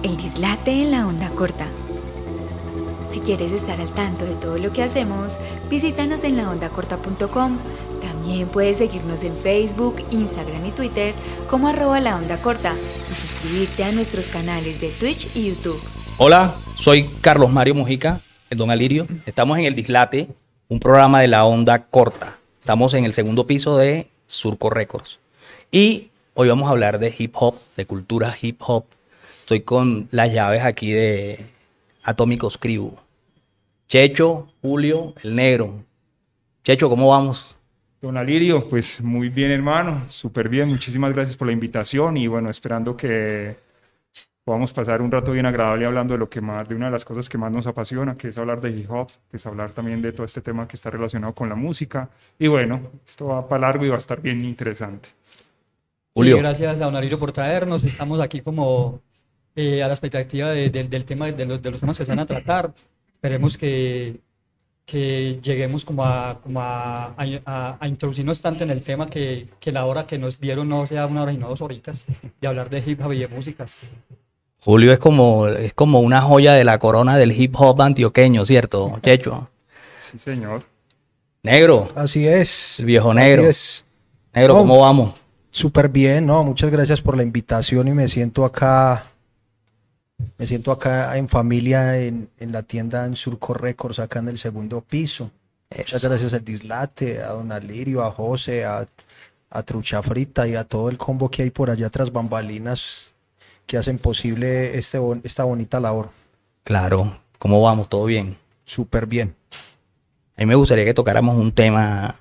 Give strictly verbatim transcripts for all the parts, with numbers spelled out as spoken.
El dislate en la onda corta. Si quieres estar al tanto de todo lo que hacemos, visítanos en la onda corta punto com. También puedes seguirnos en Facebook, Instagram y Twitter como arroba la onda corta y suscribirte a nuestros canales de Twitch y YouTube. Hola, soy Carlos Mario Mujica, el Don Alirio. Estamos en El Dislate, un programa de la onda corta. Estamos en el segundo piso de Surco Records. Y hoy vamos a hablar de hip hop, de cultura hip hop. Estoy con las llaves aquí de Atómicos Crew. Checho, Julio, el Negro. Checho, ¿cómo vamos? Don Alirio, pues muy bien, hermano, súper bien, muchísimas gracias por la invitación y bueno, esperando que podamos pasar un rato bien agradable hablando de lo que más, de una de las cosas que más nos apasiona, que es hablar de hip hop, que es hablar también de todo este tema que está relacionado con la música y bueno, esto va para largo y va a estar bien interesante. Julio. Sí, gracias a Don Alirio por traernos, estamos aquí como eh, a la expectativa de, de, del tema, de los, de los temas que se van a tratar, esperemos que que lleguemos como a, como a, a, a introducirnos tanto en el tema que, que la hora que nos dieron no sea una hora y no dos horitas de hablar de hip hop y de músicas. Julio es como, es como una joya de la corona del hip hop antioqueño, ¿cierto, Checho? Sí, señor. Negro. Así es. El viejo Negro. Así es. Negro, No, ¿cómo vamos? Súper bien, ¿no? Muchas gracias por la invitación y me siento acá, me siento acá en familia en, en la tienda en Surco Records, acá en el segundo piso. Eso. Muchas gracias al Dislate, a Don Alirio, a José, a, a Trucha Frita y a todo el combo que hay por allá tras bambalinas que hacen posible este, esta bonita labor. Claro, ¿cómo vamos? ¿Todo bien? Súper bien. A mí me gustaría que tocáramos un tema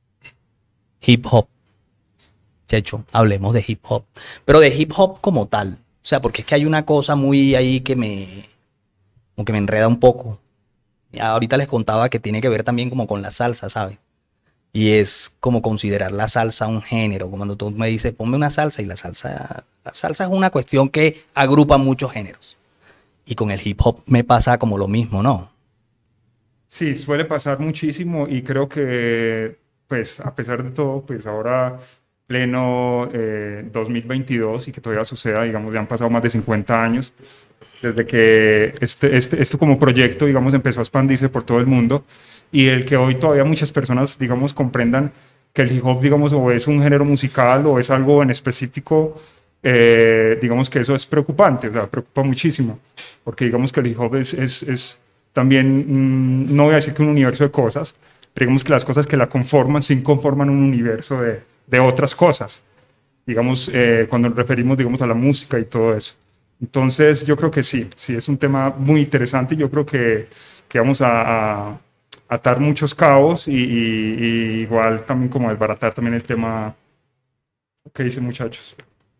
hip hop. Checho, hablemos de hip hop. Pero de hip hop como tal. O sea, porque es que hay una cosa muy ahí que me, como que me enreda un poco. Y ahorita les contaba que tiene que ver también como con la salsa, ¿sabes? Y es como considerar la salsa un género. Como cuando tú me dices, ponme una salsa, y la salsa, la salsa es una cuestión que agrupa muchos géneros. Y con el hip hop me pasa como lo mismo, ¿no? Sí, suele pasar muchísimo y creo que, pues, a pesar de todo, pues ahora pleno eh, dos mil veintidós y que todavía suceda, digamos, ya han pasado más de cincuenta años desde que este, este, esto como proyecto, digamos, empezó a expandirse por todo el mundo y el que hoy todavía muchas personas, digamos, comprendan que el hip hop, digamos, o es un género musical o es algo en específico, eh, digamos que eso es preocupante, o sea, preocupa muchísimo, porque digamos que el hip hop es, es, es también, mmm, no voy a decir que un universo de cosas, pero digamos que las cosas que la conforman sí conforman un universo de de otras cosas, digamos, eh, cuando nos referimos, digamos, a la música y todo eso. Entonces, yo creo que sí, sí, es un tema muy interesante. Yo creo que, que vamos a, a atar muchos cabos y, y, y igual también como desbaratar también el tema. ¿Qué dicen, muchachos?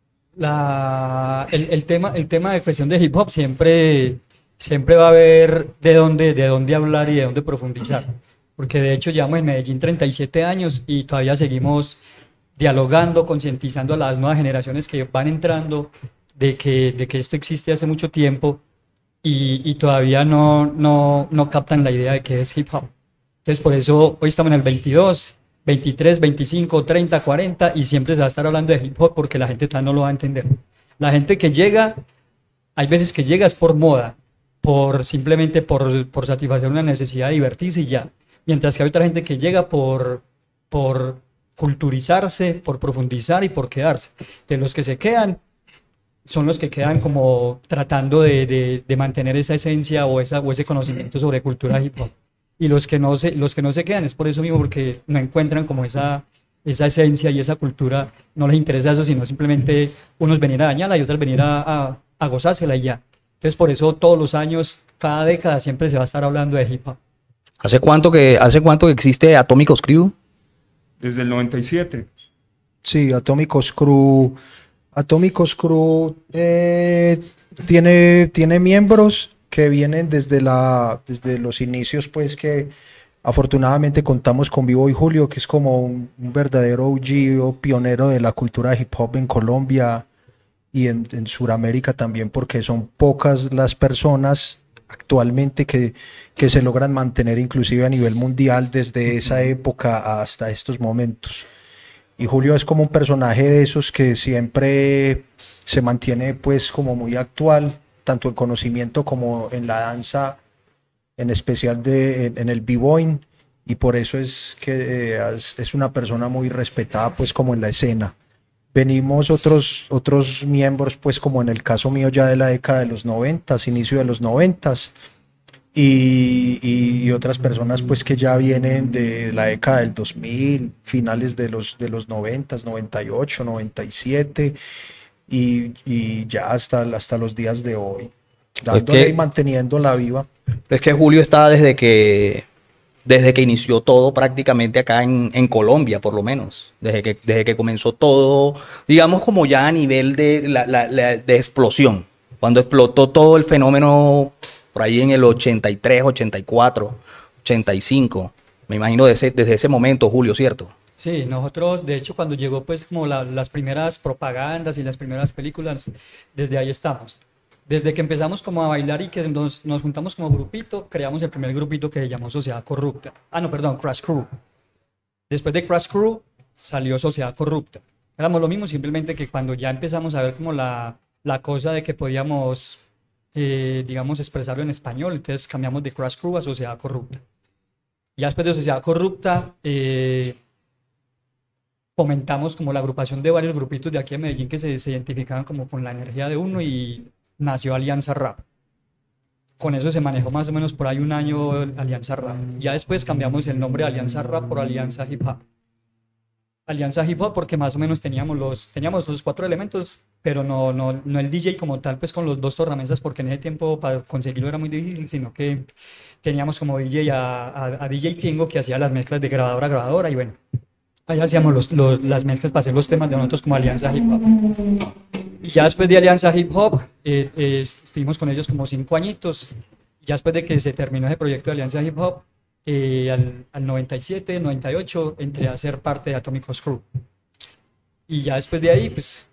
La, el, el, tema, el tema de cuestión de hip hop siempre, siempre va a haber de dónde, de dónde hablar y de dónde profundizar, porque de hecho llevamos en Medellín treinta y siete años y todavía seguimos dialogando, concientizando a las nuevas generaciones que van entrando de que, de que esto existe hace mucho tiempo y, y todavía no, no, no captan la idea de que es hip hop. Entonces por eso hoy estamos en el veintidós, veintitrés, veinticinco, treinta, cuarenta y siempre se va a estar hablando de hip hop porque la gente todavía no lo va a entender. La gente que llega, hay veces que llega es por moda, por simplemente por, por satisfacer una necesidad de divertirse y ya. Mientras que hay otra gente que llega por... por culturizarse, por profundizar y por quedarse. De los que se quedan, son los que quedan como tratando de, de, de mantener esa esencia o, esa, o ese conocimiento sobre cultura hip hop. Y los que, no se, los que no se quedan es por eso mismo, porque no encuentran como esa, esa esencia y esa cultura, no les interesa eso, sino simplemente unos venir a dañarla y otros venir a, a, a gozársela y ya. Entonces por eso todos los años, cada década siempre se va a estar hablando de hip hop. ¿Hace cuánto que, hace cuánto que existe Atómicos Crew? Desde el noventa y siete. Sí, Atómicos Crew, Atómicos Crew eh, tiene, tiene miembros que vienen desde, la, desde los inicios, pues que afortunadamente contamos con Vivo y Julio, que es como un, un verdadero O G o pionero de la cultura hip hop en Colombia y en, en Sudamérica también, porque son pocas las personas actualmente que, que se logran mantener inclusive a nivel mundial desde esa época hasta estos momentos. Y Julio es como un personaje de esos que siempre se mantiene pues como muy actual, tanto en conocimiento como en la danza, en especial de, en, en el b-boying, y por eso es que eh, es, es una persona muy respetada pues como en la escena. Venimos otros, otros miembros, pues como en el caso mío ya de la década de los noventas, inicio de los noventas, y, y, y otras personas pues que ya vienen de la década del dos mil, finales de los, de los noventas, noventa y ocho, noventa y siete, y, y ya hasta, hasta los días de hoy, dándole que, y manteniéndola viva. Es que Julio está desde que... desde que inició todo prácticamente acá en, en Colombia, por lo menos, desde que, desde que comenzó todo, digamos como ya a nivel de, la, la, la, de explosión, cuando explotó todo el fenómeno por ahí en el ochenta y tres, ochenta y cuatro, ochenta y cinco, me imagino desde, desde ese momento, Julio, ¿cierto? Sí, nosotros, de hecho, cuando llegó pues como la, las primeras propagandas y las primeras películas, desde ahí estamos. Desde que empezamos como a bailar y que nos, nos juntamos como grupito, creamos el primer grupito que se llamó Sociedad Corrupta. Ah, no, perdón, Crash Crew. Después de Crash Crew salió Sociedad Corrupta. Éramos lo mismo, simplemente que cuando ya empezamos a ver como la, la cosa de que podíamos, eh, digamos, expresarlo en español, entonces cambiamos de Crash Crew a Sociedad Corrupta. Ya después de Sociedad Corrupta, eh, fomentamos como la agrupación de varios grupitos de aquí de Medellín que se, se identificaban como con la energía de uno y nació Alianza Rap. Con eso se manejó más o menos por ahí un año Alianza Rap. Ya después cambiamos el nombre de Alianza Rap por Alianza Hip Hop. Alianza Hip Hop porque más o menos teníamos los, teníamos los cuatro elementos, pero no, no, no el D J como tal, pues con los dos tornamesas, porque en ese tiempo para conseguirlo era muy difícil, sino que teníamos como D J a, a, a D J Kingo que hacía las mezclas de grabadora a grabadora y bueno, ahí hacíamos los, los, las mezclas para hacer los temas de nosotros como Alianza Hip Hop. Y ya después de Alianza Hip Hop, eh, eh, estuvimos con ellos como cinco añitos. Ya después de que se terminó ese proyecto de Alianza Hip Hop, eh, al, al noventa y siete, noventa y ocho, entré a ser parte de Atómicos Crew. Y ya después de ahí, pues,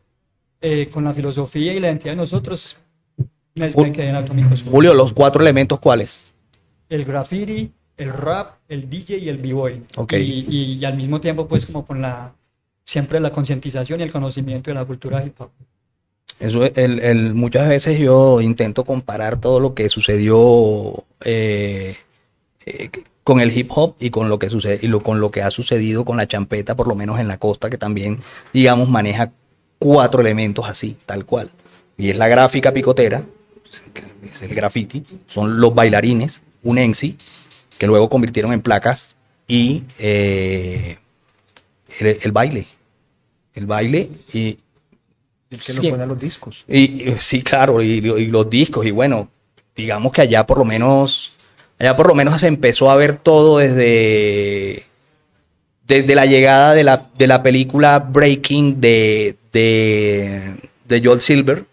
eh, con la filosofía y la identidad de nosotros, me quedé en Atómicos Crew. Julio, ¿los cuatro elementos cuáles? El graffiti, el rap, el D J y el b-boy. Okay. Y, y, y al mismo tiempo, pues, como con la... siempre la concientización y el conocimiento de la cultura hip hop. Eso, el, el, muchas veces yo intento comparar todo lo que sucedió eh, eh, con el hip hop y con lo que sucede y lo, con lo que ha sucedido con la champeta, por lo menos en la costa, que también, digamos, maneja cuatro elementos así, tal cual. Y es la gráfica picotera, es el graffiti, son los bailarines, un E N S I, que luego convirtieron en placas, y eh, el, el baile. El baile y... El que sí, lo ponen los discos. Y, y, sí, claro, y, y los discos. Y bueno, digamos que allá por lo menos... Allá por lo menos se empezó a ver todo desde... Desde la llegada de la, de la película Breaking de, de, de Joel Silver,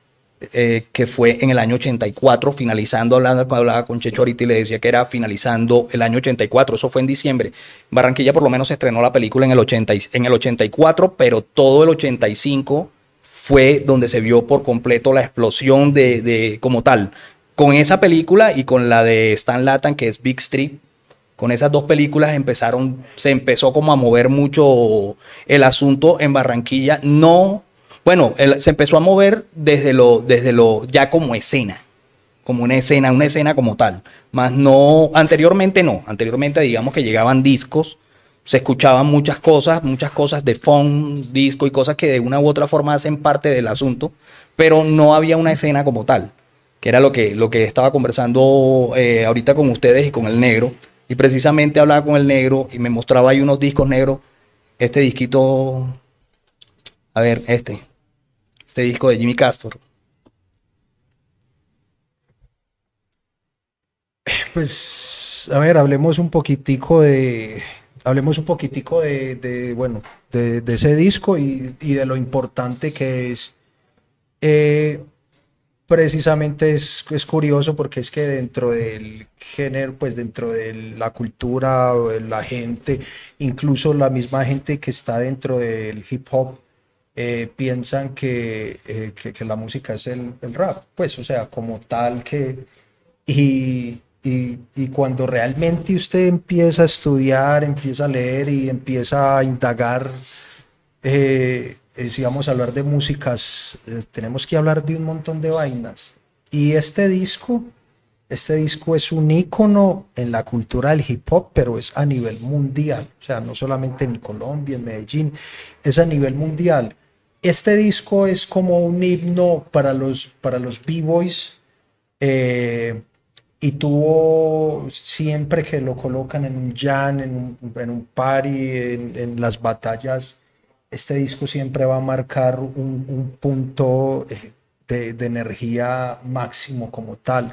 eh, que fue en el año ochenta y cuatro, finalizando, hablando, cuando hablaba con Checho ahorita y le decía que era finalizando el año ochenta y cuatro, eso fue en diciembre. En Barranquilla por lo menos se estrenó la película en el, ochenta, en el ochenta y cuatro, pero todo el ochenta y cinco fue donde se vio por completo la explosión de, de como tal. Con esa película y con la de Stan Lathan, que es Big Street, con esas dos películas empezaron, se empezó como a mover mucho el asunto en Barranquilla. No, bueno, el, se empezó a mover desde lo, desde lo ya como escena, como una escena, una escena como tal. Más no, anteriormente no, anteriormente digamos que llegaban discos, se escuchaban muchas cosas, muchas cosas de funk, disco y cosas que de una u otra forma hacen parte del asunto, pero no había una escena como tal, que era lo que, lo que estaba conversando eh, ahorita con ustedes y con el negro. Y precisamente hablaba con el negro y me mostraba ahí unos discos negros. Este disquito, a ver, este, este disco de Jimmy Castor. Pues, a ver, hablemos un poquitico de, hablemos un poquitico de, de bueno, de, de ese disco y, y de lo importante que es. Eh, Precisamente es, es curioso porque es que dentro del género, pues dentro de la cultura, la gente, incluso la misma gente que está dentro del hip hop, eh, piensan que, eh, que, que la música es el, el rap, pues o sea, como tal que... Y, y, y cuando realmente usted empieza a estudiar, empieza a leer y empieza a indagar, eh, eh, si vamos a hablar de músicas, eh, tenemos que hablar de un montón de vainas. Y este disco, este disco es un ícono en la cultura del hip hop, pero es a nivel mundial. O sea, no solamente en Colombia, en Medellín, es a nivel mundial. Este disco es como un himno para los, para los b-boys, eh, y tuvo, siempre que lo colocan en un jam, en un, en un party, en, en las batallas, este disco siempre va a marcar un, un punto de, de energía máximo como tal.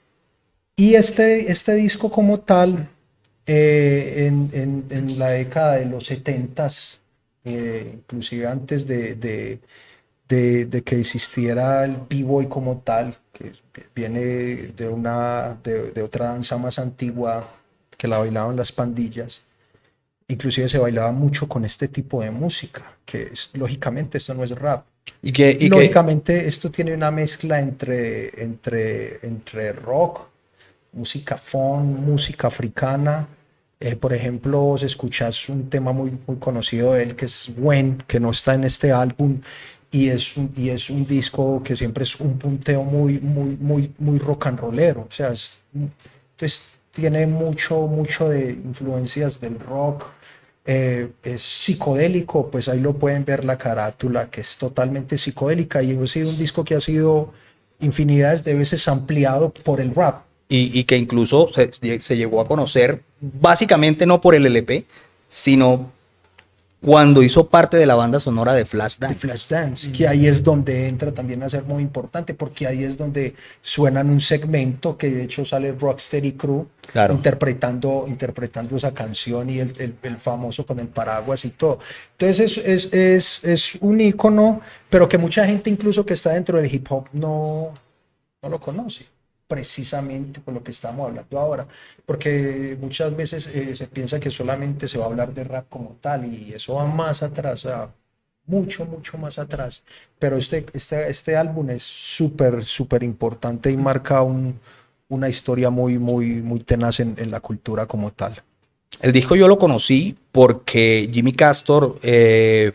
Y este, este disco como tal, eh, en, en, en la década de los setentas, eh, inclusive antes de, de, de, de que existiera el b-boy como tal, que viene de, una, de, de otra danza más antigua que la bailaban las pandillas, inclusive se bailaba mucho con este tipo de música, que es, lógicamente esto no es rap. Y que, y lógicamente que... esto tiene una mezcla entre, entre, entre rock, música funk, música africana. Eh, por ejemplo, si escuchas un tema muy, muy conocido de él que es When, que no está en este álbum, y es un, y es un disco que siempre es un punteo muy, muy, muy, muy rock and rollero. O sea, es, entonces tiene mucho, mucho de influencias del rock. Eh, es psicodélico, pues ahí lo pueden ver la carátula, que es totalmente psicodélica, y ha sido un disco que ha sido infinidades de veces ampliado por el rap. Y, y que incluso se, se llegó a conocer básicamente no por el L P, sino cuando hizo parte de la banda sonora de Flashdance. De Flashdance, mm. que ahí es donde entra también a ser muy importante, porque ahí es donde suenan un segmento que de hecho sale Rocksteady Crew, claro, interpretando, interpretando esa canción, y el, el, el famoso con el paraguas y todo. Entonces es, es, es, es un ícono, pero que mucha gente incluso que está dentro del hip hop no, no lo conoce, precisamente por lo que estamos hablando ahora, porque muchas veces eh, se piensa que solamente se va a hablar de rap como tal, y eso va más atrás, o sea, mucho, mucho más atrás, pero este, este, este álbum es súper, súper importante y marca un, una historia muy, muy, muy tenaz en, en la cultura como tal. El disco yo lo conocí porque Jimmy Castor eh,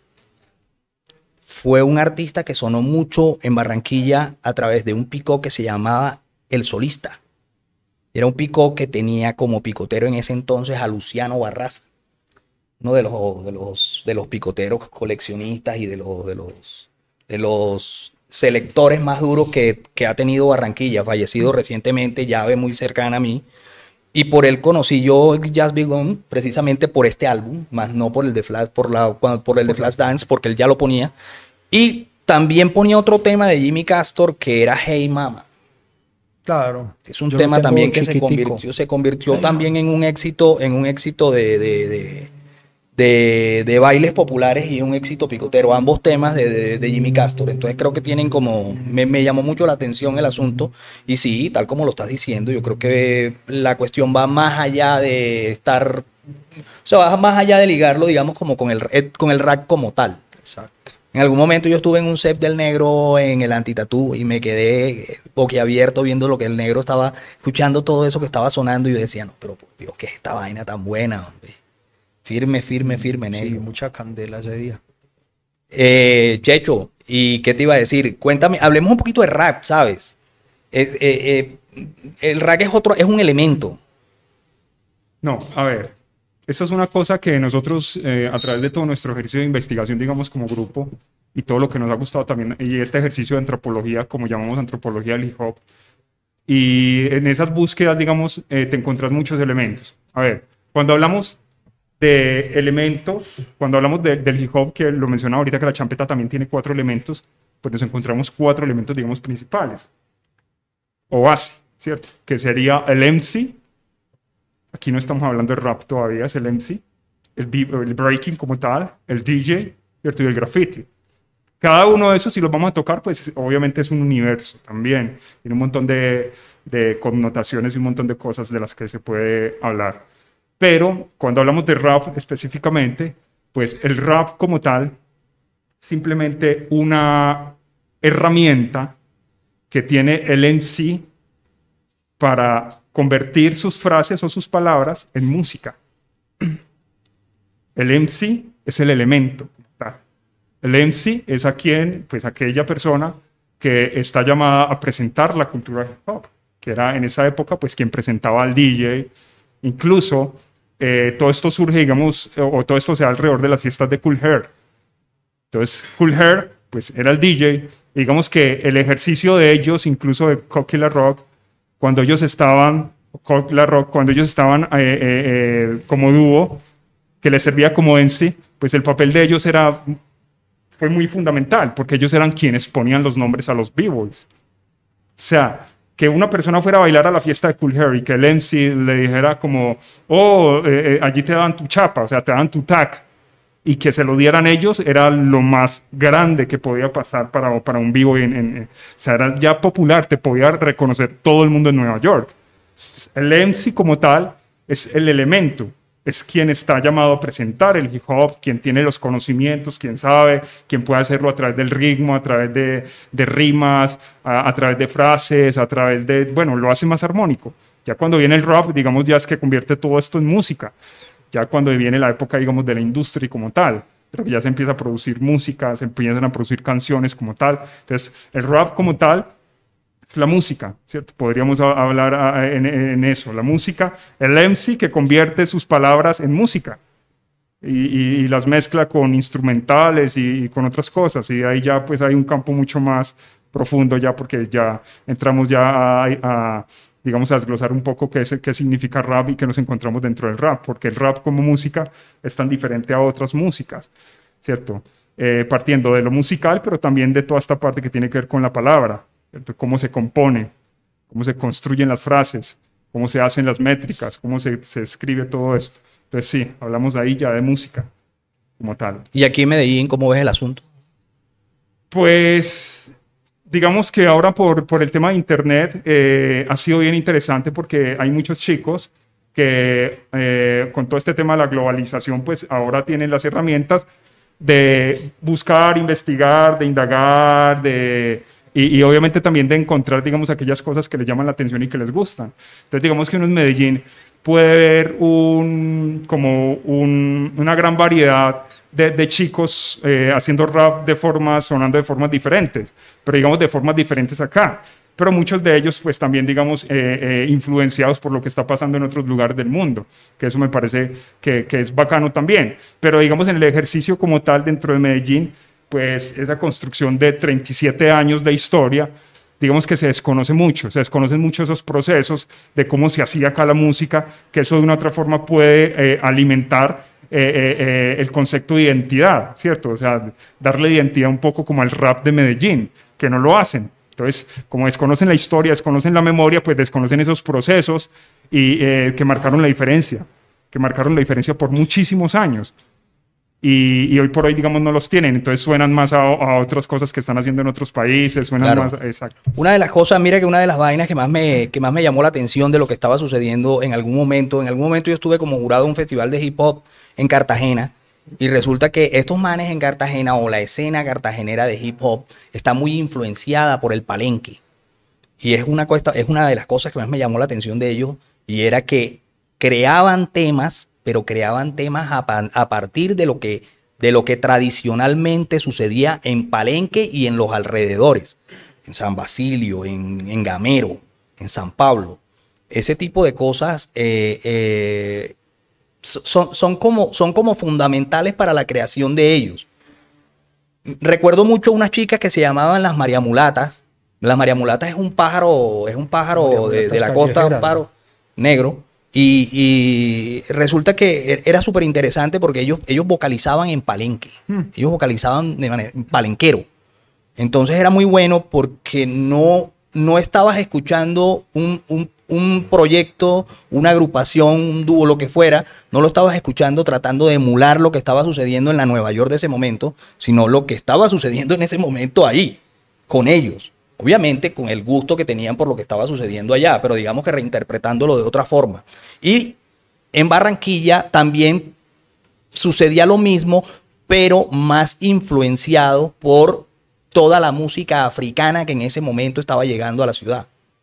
fue un artista que sonó mucho en Barranquilla a través de un picó que se llamaba El Solista. Era un picó que tenía como picotero en ese entonces a Luciano Barraza, uno de los, de los, de los picoteros coleccionistas y de los, de los, de los selectores más duros que, que ha tenido Barranquilla, fallecido recientemente, llave muy cercana a mí. Y por él conocí yo Just Begun precisamente por este álbum, más no por el de Flash, por, la, por el de Flashdance, porque él ya lo ponía. Y también ponía otro tema de Jimmy Castor que era Hey Mama. Claro. Es un tema también que se convirtió, se convirtió Hey también Mama. en un éxito, en un éxito de, de, de, de, de bailes populares y un éxito picotero. Ambos temas de, de, de Jimmy Castor. Entonces creo que tienen como, me, me llamó mucho la atención el asunto. Y sí, tal como lo estás diciendo, yo creo que la cuestión va más allá de estar, o sea, va más allá de ligarlo, digamos, como con el, con el rap como tal. Exacto. En algún momento yo estuve en un set del Negro en el Antitatú y me quedé boquiabierto viendo lo que el Negro estaba escuchando, todo eso que estaba sonando, y yo decía, no, pero por Dios, ¿qué es esta vaina tan buena, hombre? Firme, firme, firme, Negro. Sí, mucha candela ese día. Eh, Checho, ¿y qué te iba a decir? Cuéntame, hablemos un poquito de rap, ¿sabes? Es, eh, eh, el rap es otro, es un elemento. No, a ver. Esta es una cosa que nosotros, eh, a través de todo nuestro ejercicio de investigación, digamos, como grupo, y todo lo que nos ha gustado también, y este ejercicio de antropología, como llamamos antropología del hip hop, y en esas búsquedas, digamos, eh, te encuentras muchos elementos. A ver, cuando hablamos de elementos, cuando hablamos de, del hip hop, que lo mencionaba ahorita, que la champeta también tiene cuatro elementos, pues nos encontramos cuatro elementos, digamos, principales, o base, ¿cierto? Que sería el M C. Aquí no estamos hablando de rap todavía, es el M C, el, el breaking como tal, el D J, ¿cierto? Y el graffiti. Cada uno de esos, si los vamos a tocar, pues obviamente es un universo también. Tiene un montón de, de connotaciones y un montón de cosas de las que se puede hablar. Pero cuando hablamos de rap específicamente, pues el rap como tal, simplemente una herramienta que tiene el M C para convertir sus frases o sus palabras en música. El M C es el elemento. El M C es a quien, pues aquella persona que está llamada a presentar la cultura hip hop, que era en esa época pues quien presentaba al D J. Incluso eh, todo esto surge, digamos, o, o todo esto se da alrededor de las fiestas de Cool Herc. Entonces Cool Herc pues era el D J, y digamos que el ejercicio de ellos, incluso de Coke y La Rock, cuando ellos estaban, Coke, La Rock, cuando ellos estaban eh, eh, eh, como dúo, que les servía como M C, pues el papel de ellos era, fue muy fundamental, porque ellos eran quienes ponían los nombres a los b-boys. O sea, que una persona fuera a bailar a la fiesta de Cool Herc y que el M C le dijera como, oh, eh, eh, allí te dan tu chapa, o sea, te dan tu tag, y que se lo dieran ellos, era lo más grande que podía pasar para, para un b-boy. En, en, o sea, era ya popular, te podía reconocer todo el mundo en Nueva York. Entonces, el M C como tal es el elemento, es quien está llamado a presentar el hip hop, quien tiene los conocimientos, quien sabe, quien puede hacerlo a través del ritmo, a través de, de rimas, a, a través de frases, a través de, bueno, lo hace más armónico. Ya cuando viene el rap, digamos, ya es que convierte todo esto en música. Ya cuando viene la época, digamos, de la industria como tal, pero que ya se empieza a producir música, se empiezan a producir canciones como tal. Entonces, el rap como tal es la música, ¿cierto? Podríamos a, hablar a, en, en eso, la música, el M C que convierte sus palabras en música y, y, y las mezcla con instrumentales y, y con otras cosas, y ahí ya pues hay un campo mucho más profundo ya, porque ya entramos ya a, a digamos, a desglosar un poco qué, es, qué significa rap y qué nos encontramos dentro del rap, porque el rap como música es tan diferente a otras músicas, ¿cierto? Eh, partiendo de lo musical, pero también de toda esta parte que tiene que ver con la palabra, ¿cierto? Cómo se compone, cómo se construyen las frases, cómo se hacen las métricas, cómo se, se escribe todo esto. Entonces sí, hablamos ahí ya de música como tal. ¿Y aquí en Medellín cómo ves el asunto? Pues digamos que ahora por, por el tema de internet eh, ha sido bien interesante, porque hay muchos chicos que eh, con todo este tema de la globalización pues ahora tienen las herramientas de buscar, investigar, de indagar, de, y, y obviamente también de encontrar, digamos, aquellas cosas que les llaman la atención y que les gustan. Entonces digamos que uno en Medellín puede ver un, como un, una gran variedad De, de chicos eh, haciendo rap de formas, sonando de formas diferentes, pero digamos de formas diferentes acá, pero muchos de ellos pues también digamos eh, eh, influenciados por lo que está pasando en otros lugares del mundo, que eso me parece que, que es bacano también, pero digamos en el ejercicio como tal dentro de Medellín, pues esa construcción de treinta y siete años de historia, digamos que se desconoce mucho, se desconocen mucho esos procesos de cómo se hacía acá la música, que eso de una u otra forma puede eh, alimentar Eh, eh, eh, el concepto de identidad, ¿cierto? O sea, darle identidad un poco como al rap de Medellín, que no lo hacen. Entonces, como desconocen la historia, desconocen la memoria, pues desconocen esos procesos y, eh, que marcaron la diferencia, que marcaron la diferencia por muchísimos años. Y, y hoy por hoy, digamos, no los tienen. Entonces suenan más a, a otras cosas que están haciendo en otros países, suenan Claro. más... Exacto. Una de las cosas, mira que una de las vainas que más me, que más me llamó la atención de lo que estaba sucediendo en algún momento, en algún momento yo estuve como jurado de un festival de hip hop en Cartagena, y resulta que estos manes en Cartagena, o la escena cartagenera de hip hop, está muy influenciada por el palenque. Y es una, cuesta, es una de las cosas que más me llamó la atención de ellos, y era que creaban temas, pero creaban temas a, a partir de lo, que, de lo que tradicionalmente sucedía en Palenque y en los alrededores, en San Basilio, en, en Gamero, en San Pablo. Ese tipo de cosas eh, eh, son, son, como, son como fundamentales para la creación de ellos. Recuerdo mucho unas chicas que se llamaban las mariamulatas. Las mariamulatas es un pájaro, es un pájaro de, de la costa, un pájaro negro. Y, y resulta que era súper interesante porque ellos, ellos vocalizaban en palenque. Hmm. Ellos vocalizaban de manera palenquero. Entonces era muy bueno porque no, no estabas escuchando un, un, un proyecto, una agrupación, un dúo, lo que fuera. No lo estabas escuchando tratando de emular lo que estaba sucediendo en la Nueva York de ese momento, sino lo que estaba sucediendo en ese momento ahí, con ellos. Obviamente con el gusto que tenían por lo que estaba sucediendo allá, pero digamos que reinterpretándolo de otra forma. Y en Barranquilla también sucedía lo mismo, pero más influenciado por toda la música africana que en ese momento estaba llegando a la ciudad.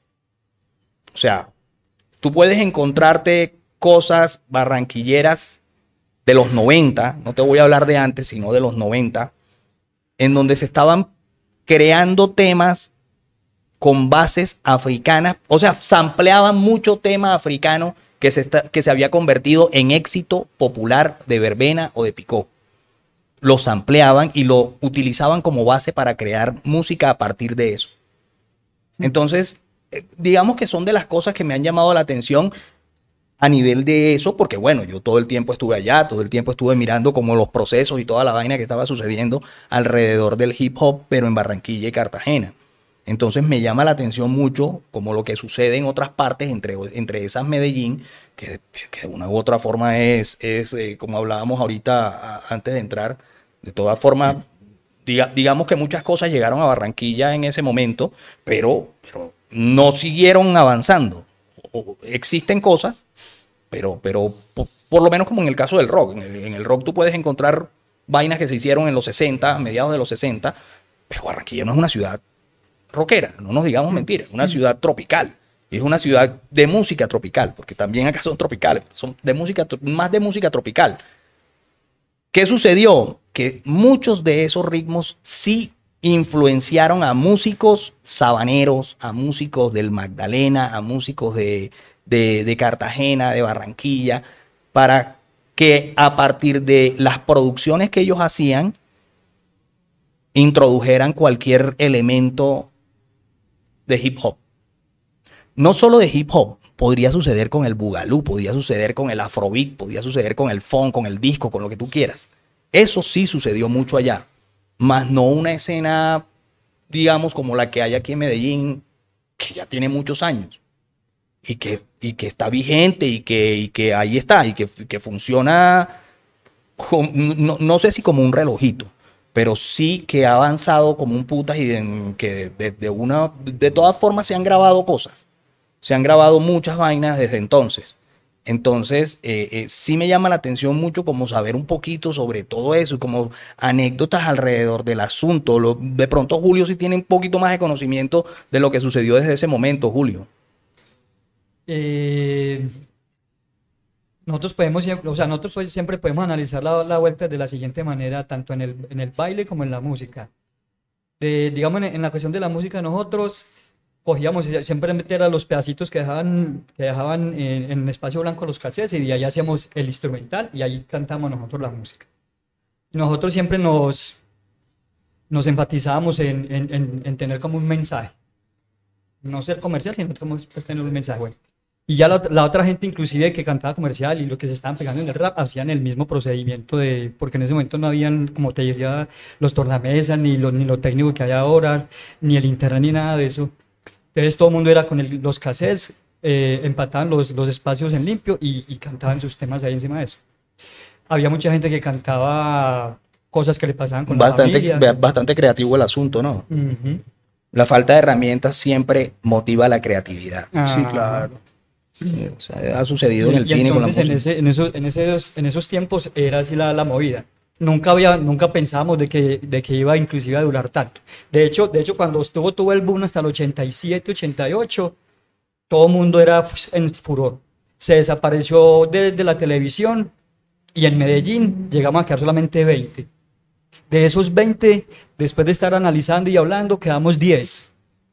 O sea, tú puedes encontrarte cosas barranquilleras de los noventa, no te voy a hablar de antes, sino de los noventa, en donde se estaban creando temas con bases africanas, o sea, sampleaban mucho tema africano que se, está, que se había convertido en éxito popular de verbena o de picó. Lo sampleaban y lo utilizaban como base para crear música a partir de eso. Entonces, digamos que son de las cosas que me han llamado la atención a nivel de eso, porque bueno, yo todo el tiempo estuve allá, todo el tiempo estuve mirando como los procesos y toda la vaina que estaba sucediendo alrededor del hip hop, pero en Barranquilla y Cartagena. Entonces me llama la atención mucho como lo que sucede en otras partes, entre, entre esas Medellín, que, que de una u otra forma es, es eh, como hablábamos ahorita a, antes de entrar, de todas formas, diga, digamos que muchas cosas llegaron a Barranquilla en ese momento, pero, pero no siguieron avanzando. O, existen cosas, pero, pero por, por lo menos como en el caso del rock. En el, en el rock tú puedes encontrar vainas que se hicieron en los sesenta, a mediados de los sesenta, pero Barranquilla no es una ciudad rockera, no nos digamos mentiras, es una ciudad tropical, es una ciudad de música tropical, porque también acá son tropicales, son de música, más de música tropical. ¿Qué sucedió? Que muchos de esos ritmos sí influenciaron a músicos sabaneros, a músicos del Magdalena, a músicos de, de, de Cartagena, de Barranquilla, para que a partir de las producciones que ellos hacían, introdujeran cualquier elemento de hip hop. No solo de hip hop, podría suceder con el boogaloo, podría suceder con el afrobeat, podría suceder con el funk, con el disco, con lo que tú quieras. Eso sí sucedió mucho allá, más no una escena, digamos, como la que hay aquí en Medellín, que ya tiene muchos años y que, y que está vigente y que, y que ahí está y que, que funciona, con, no, no sé si como un relojito, pero sí que ha avanzado como un putas y de, que de, de una, de todas formas se han grabado cosas, se han grabado muchas vainas desde entonces. Entonces, eh, eh, sí me llama la atención mucho como saber un poquito sobre todo eso, como anécdotas alrededor del asunto. Lo, de pronto Julio sí tiene un poquito más de conocimiento de lo que sucedió desde ese momento, Julio. Eh... Nosotros podemos, o sea, nosotros siempre podemos analizar la, la vuelta de la siguiente manera, tanto en el, en el baile como en la música. De, digamos, en, en la cuestión de la música, nosotros cogíamos, siempre eran los pedacitos que dejaban, que dejaban en, en espacio blanco los cassettes, y de ahí hacíamos el instrumental y ahí cantamos nosotros la música. Nosotros siempre nos, nos enfatizábamos en, en, en, en tener como un mensaje. No ser comercial, sino como, pues, tener un mensaje bueno. Y ya la, la otra gente inclusive que cantaba comercial y lo que se estaban pegando en el rap hacían el mismo procedimiento de, porque en ese momento no habían, como te decía, los tornamesas, ni lo, ni lo técnico que hay ahora, ni el internet, ni nada de eso. Entonces todo el mundo era con el, los cassettes, eh, empataban los, los espacios en limpio y, y cantaban sus temas ahí encima de eso. Había mucha gente que cantaba cosas que le pasaban con Bastante, la familia. bastante creativo el asunto, ¿no? Uh-huh. La falta de herramientas siempre motiva la creatividad. Sí, claro. Sí, o sea, ha sucedido en el y cine con la entonces música. en, ese, en, esos, en, esos, en esos tiempos era así la, la movida. Nunca, había, nunca pensábamos de que, de que iba inclusive a durar tanto. De hecho, de hecho cuando estuvo tuvo el boom hasta el ochenta y siete, ochenta y ocho, todo el mundo era pues, en furor. Se desapareció de, de la televisión y en Medellín llegamos a quedar solamente veinte. De esos veinte, después de estar analizando y hablando, quedamos diez.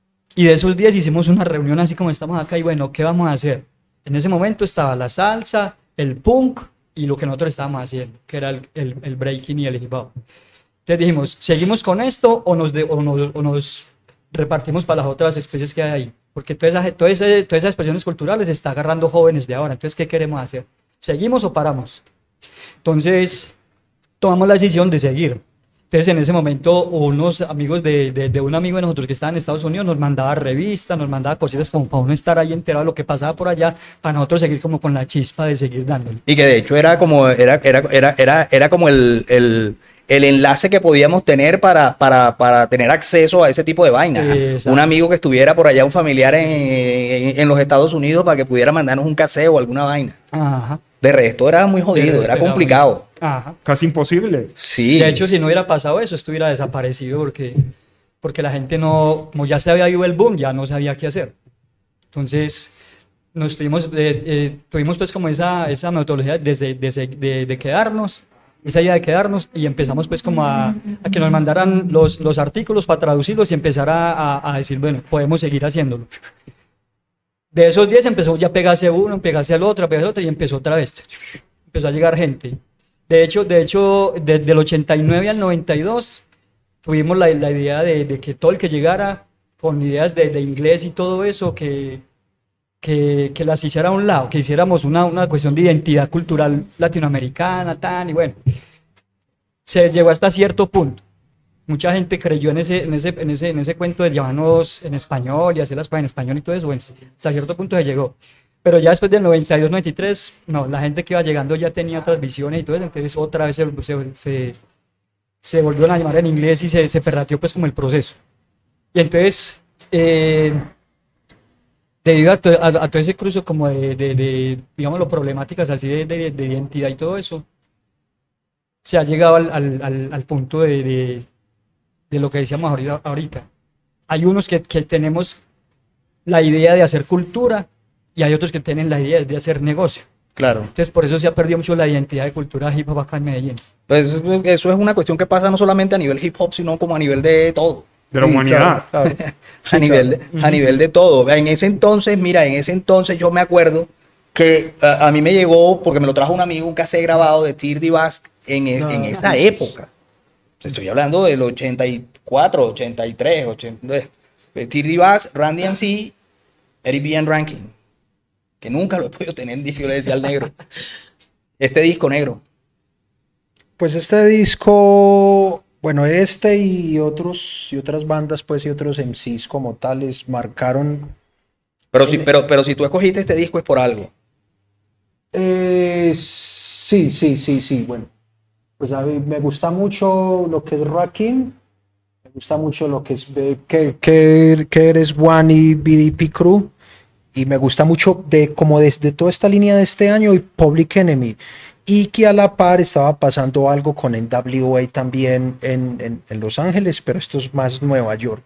Y de esos diez hicimos una reunión así como estamos acá y bueno, ¿qué vamos a hacer? En ese momento estaba la salsa, el punk y lo que nosotros estábamos haciendo, que era el, el, el breaking y el hip hop. Entonces dijimos, ¿seguimos con esto o nos, de, o nos, o nos repartimos para las otras especies que hay ahí? Porque todas esas, todas esas, todas esas expresiones culturales se está agarrando jóvenes de ahora. Entonces, ¿qué queremos hacer? ¿Seguimos o paramos? Entonces, tomamos la decisión de seguir. Entonces, en ese momento, unos amigos de, de, de un amigo de nosotros que estaba en Estados Unidos nos mandaba revistas, nos mandaba cositas como para uno estar ahí enterado de lo que pasaba por allá, para nosotros seguir como con la chispa de seguir dándole. Y que de hecho era como, era, era, era, era, era como el, el, el enlace que podíamos tener para, para, para tener acceso a ese tipo de vainas. Exacto. Un amigo que estuviera por allá, un familiar en, en, en los Estados Unidos, para que pudiera mandarnos un cassette o alguna vaina. Ajá. De resto era muy jodido, era complicado. Ajá. Casi imposible. Sí. De hecho, si no hubiera pasado eso, esto hubiera desaparecido porque, porque la gente no, como ya se había ido el boom, ya no sabía qué hacer. Entonces, nos tuvimos, eh, eh, tuvimos pues como esa, esa metodología desde, desde, de, de quedarnos esa idea de quedarnos y empezamos pues como a, a que nos mandaran los, los artículos para traducirlos y empezar a, a, a decir, bueno, podemos seguir haciéndolo. De esos diez empezó ya a pegarse uno, a pegarse al otro, a pegarse al otro y empezó otra vez. Empezó a llegar gente. De hecho, de hecho desde el ochenta y nueve al noventa y dos tuvimos la, la idea de, de que todo el que llegara con ideas de, de inglés y todo eso, que, que, que las hiciera a un lado, que hiciéramos una, una cuestión de identidad cultural latinoamericana, tan, y bueno, se llegó hasta cierto punto. Mucha gente creyó en ese, en ese, en ese, en ese cuento de llamarnos en español y hacer las cosas en español y todo eso, bueno, hasta cierto punto se llegó. Pero ya después del noventa y dos, noventa y tres, no, la gente que iba llegando ya tenía otras visiones y todo eso, entonces otra vez se, se, se, se volvió a llamar en inglés y se, se perrateó pues como el proceso. Y entonces, eh, debido a, to, a, a todo ese cruce como de, de, de digámoslo, problemáticas así de, de, de identidad y todo eso, se ha llegado al, al, al, al punto de, de, de lo que decíamos ahorita. ahorita. Hay unos que, que tenemos la idea de hacer cultura y hay otros que tienen la idea de hacer negocio. Claro. Entonces, por eso se ha perdido mucho la identidad de cultura hip hop acá en Medellín. Pues eso es una cuestión que pasa no solamente a nivel hip hop, sino como a nivel de todo. De la Sí, humanidad. claro, claro. Sí, a, nivel claro. de, a nivel de todo. En ese entonces, mira, en ese entonces yo me acuerdo que a, a mí me llegó, porque me lo trajo un amigo, un cassette grabado de Tir Divas en, e- en esa época. Estoy hablando del ochenta y cuatro, ochenta y tres, ochenta, eh, Tir Divas, Randy M C, Eric B. and Ranking, que nunca lo he podido tener en disco, yo le decía al negro. Este disco negro. Pues este disco, bueno, este y otros y otras bandas, pues, y otros M Cs como tales marcaron. Pero si, pero, pero si tú escogiste este disco es por algo. Eh, sí, sí, sí, sí. Bueno, pues a mí me gusta mucho lo que es Rakim, me gusta mucho lo que es eh, que, que, que eres One y B D P Crew, y me gusta mucho de como desde toda esta línea de este año y Public Enemy. Y que a la par estaba pasando algo con N W A también en, en, en Los Ángeles, pero esto es más Nueva York.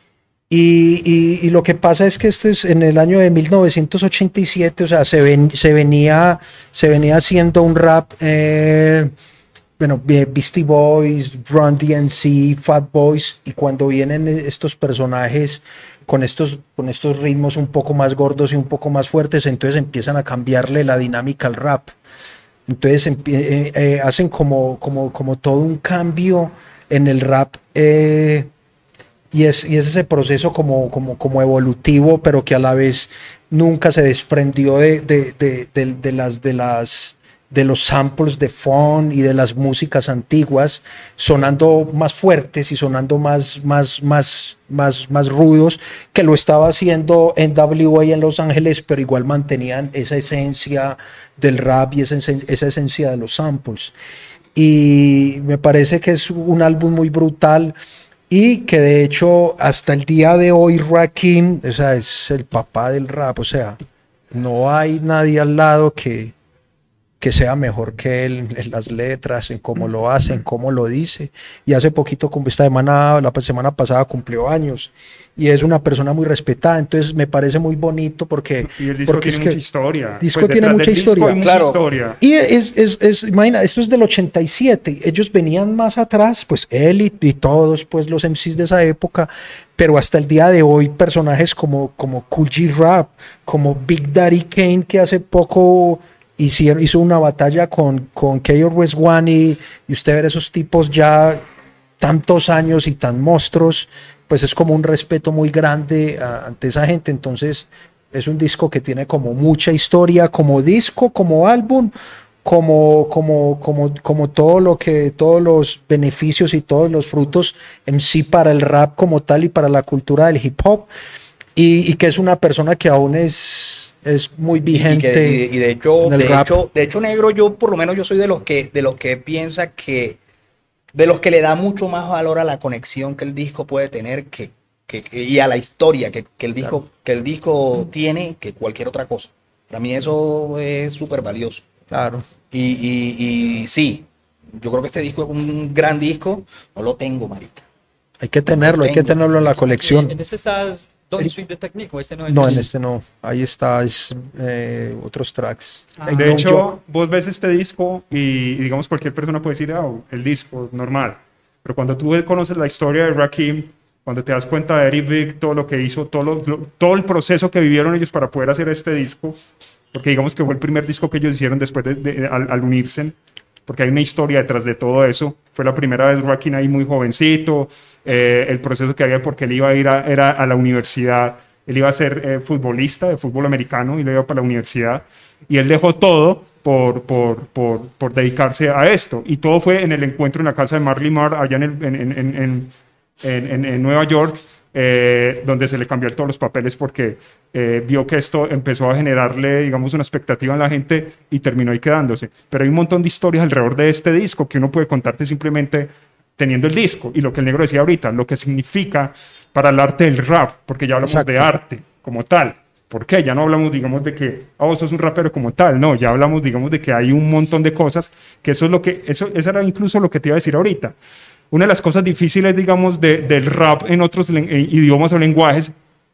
Y, y, y lo que pasa es que este es en el año de mil novecientos ochenta y siete, o sea, se, ven, se, venía, se venía haciendo un rap, eh, bueno, Beastie Boys, Run D M C, Fat Boys, y cuando vienen estos personajes con estos, con estos ritmos un poco más gordos y un poco más fuertes, entonces empiezan a cambiarle la dinámica al rap. Entonces eh, eh, hacen como, como, como todo un cambio en el rap, eh, y, es, y es ese proceso como, como, como evolutivo, pero que a la vez nunca se desprendió de, de, de, de, de, las, de, las, de los samples de funk y de las músicas antiguas, sonando más fuertes y sonando más, más, más, más, más rudos, que lo estaba haciendo en N W A en Los Ángeles, pero igual mantenían esa esencia del rap y esa, esa esencia de los samples. Y me parece que es un álbum muy brutal y que de hecho hasta el día de hoy Rakim, o sea, es el papá del rap, o sea, no hay nadie al lado que, que sea mejor que él en las letras, en cómo lo hace, en cómo lo dice. Y hace poquito, como esta semana, la semana pasada cumplió años y es una persona muy respetada, entonces me parece muy bonito porque... Y el disco porque tiene es que mucha historia. El disco Pues tiene detrás mucha del disco historia. hay mucha Claro. historia. Y es, es, es, imagina, esto es del ochenta y siete, ellos venían más atrás, pues él y, y todos pues los M Cs de esa época, pero hasta el día de hoy personajes como, como Kool G Rap, como Big Daddy Kane, que hace poco hicieron, hizo una batalla con, con K R S One, y, y usted ver esos tipos ya tantos años y tan monstruos, pues es como un respeto muy grande a, ante esa gente. Entonces es un disco que tiene como mucha historia, como disco, como álbum, como, como, como, como todo lo que, todos los beneficios y todos los frutos en sí para el rap como tal y para la cultura del hip hop, y, y que es una persona que aún es, es muy vigente. Y, que, y, y de hecho, en el de rap. hecho, de hecho, negro, yo por lo menos yo soy de los que, de los que piensa que, de los que le da mucho más valor a la conexión que el disco puede tener que, que, que y a la historia que, que el disco, Claro. que el disco tiene que cualquier otra cosa. Para mí eso es súper valioso. Claro. Y, y, y sí, yo creo que este disco es un gran disco. No lo tengo, marica. Hay que tenerlo, hay que tenerlo en la colección. En este está Don't Eric- Suite the Technique, o este no es. No, el- en este no. Ahí está, es eh, otros tracks. Ah. En De Don't hecho, Joke. vos ves este disco y, y digamos cualquier persona puede decir, ah, el disco, normal. Pero cuando tú conoces la historia de Rakim, cuando te das cuenta de Eric Vick, todo lo que hizo, todo, lo- lo- todo el proceso que vivieron ellos para poder hacer este disco, porque digamos que fue el primer disco que ellos hicieron después de, de- al, al unirse, porque hay una historia detrás de todo eso. Fue la primera vez Rakim ahí muy jovencito, eh, el proceso que había porque él iba a ir a, era a la universidad, él iba a ser eh, futbolista de fútbol americano y le iba para la universidad, y él dejó todo por, por, por, por dedicarse a esto, y todo fue en el encuentro en la casa de Marley Marr allá en, el, en, en, en, en, en- en- en Nueva York, eh, donde se le cambió todos los papeles porque eh, vio que esto empezó a generarle, digamos, una expectativa en la gente y terminó ahí quedándose. Pero hay un montón de historias alrededor de este disco que uno puede contarte simplemente teniendo el disco, y lo que el negro decía ahorita, lo que significa para el arte del rap, porque ya hablamos Exacto. de arte como tal. ¿Por qué? Ya no hablamos, digamos, de que, ah, vos sos un rapero como tal, no, ya hablamos, digamos, de que hay un montón de cosas, que eso es lo que, eso, eso era incluso lo que te iba a decir ahorita. Una de las cosas difíciles, digamos, de- del rap en otros len- eh, idiomas o lenguajes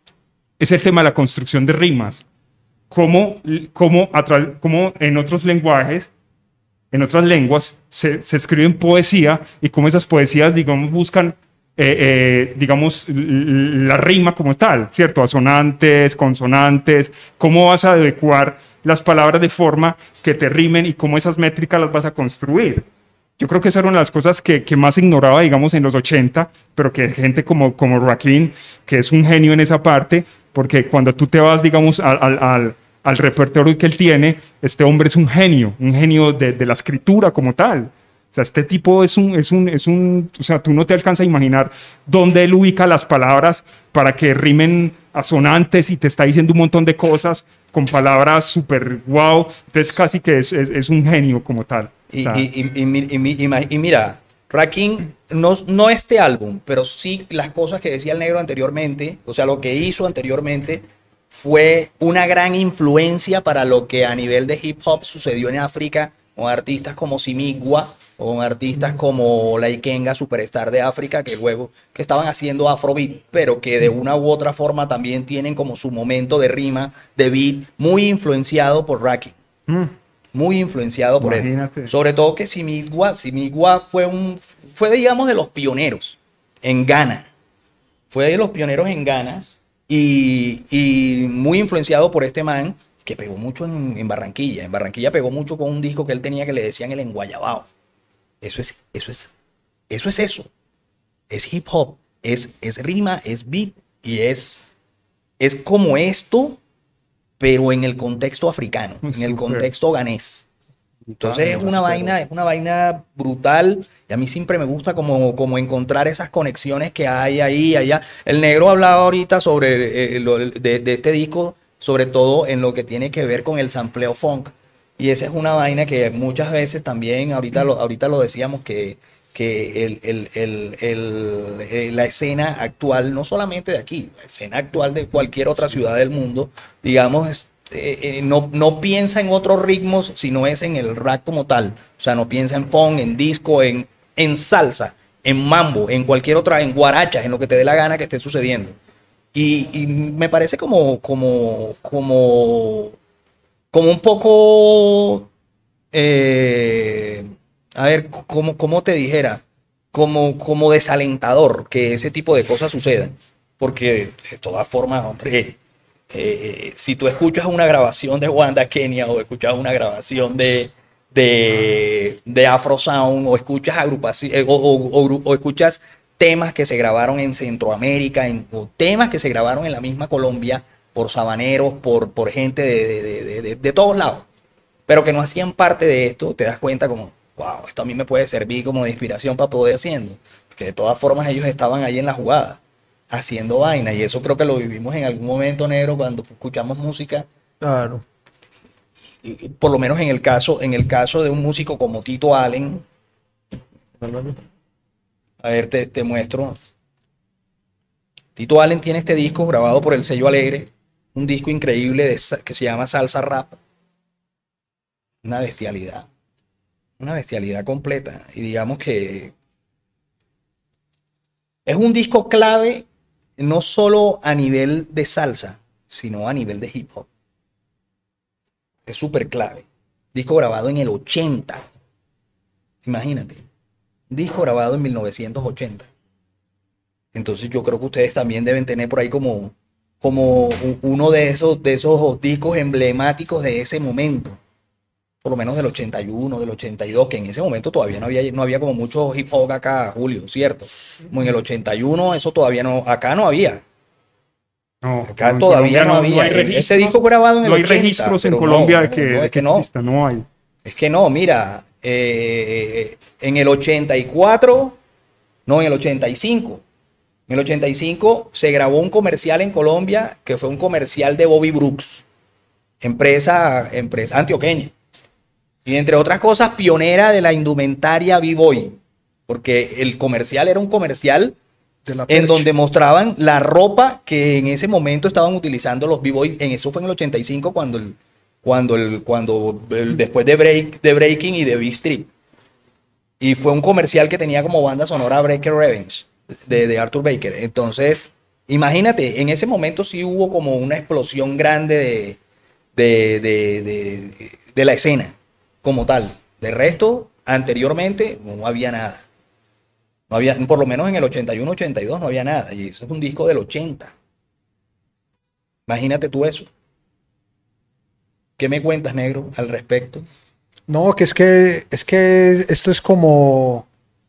es el tema de la construcción de rimas. Cómo, cómo, a tra- cómo en otros lenguajes, en otras lenguas, se, se escriben poesía y cómo esas poesías, digamos, buscan, eh, eh, digamos, l- l- la rima como tal, ¿cierto? Asonantes, consonantes, cómo vas a adecuar las palabras de forma que te rimen y cómo esas métricas las vas a construir. Yo creo que esa era una de las cosas que, que más ignoraba, digamos, en los ochenta, pero que gente como, como Rakim, que es un genio en esa parte, porque cuando tú te vas, digamos, al, al, al, al repertorio que él tiene, este hombre es un genio, un genio de, de la escritura como tal. O sea, este tipo es un, es un, es un, o sea, tú no te alcanzas a imaginar dónde él ubica las palabras para que rimen asonantes y te está diciendo un montón de cosas con palabras súper wow. Entonces casi que es, es, es un genio como tal. O Y, sea, y- y- y mi- y mi- y ma- y mira, Rakim, no, no este álbum, pero sí las cosas que decía el negro anteriormente, o sea, lo que hizo anteriormente fue una gran influencia para lo que a nivel de hip hop sucedió en África con artistas como Simigwa o con artistas como la Ikenga, superstar de África, que luego que estaban haciendo Afrobeat, pero que de una u otra forma también tienen como su momento de rima, de beat, muy influenciado por Rakim. mm. Muy influenciado por él. Imagínate. Sobre todo que Simigwa, Simigwa fue un, fue digamos de los pioneros en Ghana. Fue de los pioneros en Ghana y, y muy influenciado por este man que pegó mucho en, en Barranquilla. En Barranquilla pegó mucho con un disco que él tenía que le decían el enguayabao. Eso es, eso es, eso es eso. Es hip hop, es, es rima, es beat y es, es como esto, pero en el contexto africano, en el Súper. contexto ganés. Entonces es una Pero- vaina, es una vaina brutal y a mí siempre me gusta como, como encontrar esas conexiones que hay ahí, allá. El negro hablaba ahorita sobre eh, lo- de, de este disco, sobre todo en lo que tiene que ver con el sampleo funk. Y esa es una vaina que muchas veces también, ahorita lo, ahorita lo decíamos, que, que el, el- el- el- eh, la escena actual, no solamente de aquí, la escena actual de cualquier otra ciudad del mundo, digamos, es- eh, eh, no, no piensa en otros ritmos, sino es en el rap como tal. O sea, no piensa en funk, en disco, en, en salsa, en mambo, en cualquier otra, en guarachas, en lo que te dé la gana que esté sucediendo. Y, y me parece como, como, como, como un poco, eh, a ver, como, como te dijera, como, como desalentador que ese tipo de cosas sucedan. Porque de todas formas, hombre, eh, si tú escuchas una grabación de Wanda Kenia o escuchas una grabación de, de, de Afro Sound o escuchas agrupaciones o, o- o- o escuchas temas que se grabaron en Centroamérica en- o temas que se grabaron en la misma Colombia por sabaneros, por, por gente de, de, de, de, de, de todos lados, pero que no hacían parte de esto, te das cuenta como, wow, esto a mí me puede servir como de inspiración para poder haciendo, que de todas formas ellos estaban ahí en la jugada haciendo vaina, y eso creo que lo vivimos en algún momento, negro, cuando escuchamos música, Claro. y- y por lo menos en el caso, en el caso de un músico como Tito Allen. A ver, te, te muestro. Tito Allen tiene este disco grabado por el sello Alegre, un disco increíble de sa- que se llama Salsa Rap. Una bestialidad, una bestialidad completa, y digamos que es un disco clave no solo a nivel de salsa, sino a nivel de hip hop. Es súper clave. Disco grabado en el ochenta. Imagínate. Disco grabado en mil novecientos ochenta. Entonces yo creo que ustedes también deben tener por ahí como, como uno de esos, de esos discos emblemáticos de ese momento. Por lo menos del ochenta y uno, del ochenta y dos, que en ese momento todavía no había, no había como mucho hip hop acá, Julio, ¿cierto? Como en el ochenta y uno, eso todavía no, acá no había. No, Acá no, en todavía Colombia no había. hay registros, Este disco fue grabado en el no hay ochenta, registros en pero Colombia no, de que, no, de es que que no. exista, no hay. Es que no, mira, eh, en el ochenta y cuatro, no, en el ochenta y cinco. En el ochenta y cinco se grabó un comercial en Colombia que fue un comercial de Bobby Brooks, empresa, empresa antioqueña. Y entre otras cosas, pionera de la indumentaria B-Boy, porque el comercial era un comercial De la en Perch. donde mostraban la ropa que en ese momento estaban utilizando los B-Boys. En eso fue en el ochenta y cinco cuando el, cuando el, cuando el, después de break, de Breaking y de B-Street. Y fue un comercial que tenía como banda sonora Breaker Revenge de, de Arthur Baker. Entonces, imagínate, en ese momento sí hubo como una explosión grande de, de, de, de, de la escena como tal. De resto, anteriormente no había nada. No había, por lo menos en el ochenta y uno, ochenta y dos no había nada. Y eso es un disco del ochenta. Imagínate tú eso. ¿Qué me cuentas, negro, al respecto? No, que es que es que esto es como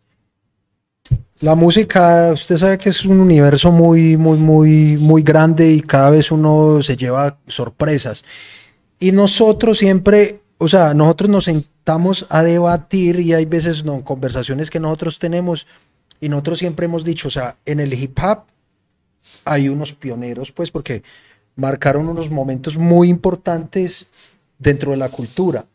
la música, usted sabe que es un universo muy, muy, muy, muy grande y cada vez uno se lleva sorpresas. Y nosotros siempre, o sea, nosotros nos sentamos a debatir y hay veces no, conversaciones que nosotros tenemos y nosotros siempre hemos dicho, o sea, en el hip hop hay unos pioneros, pues, porque marcaron unos momentos muy importantes dentro de la cultura.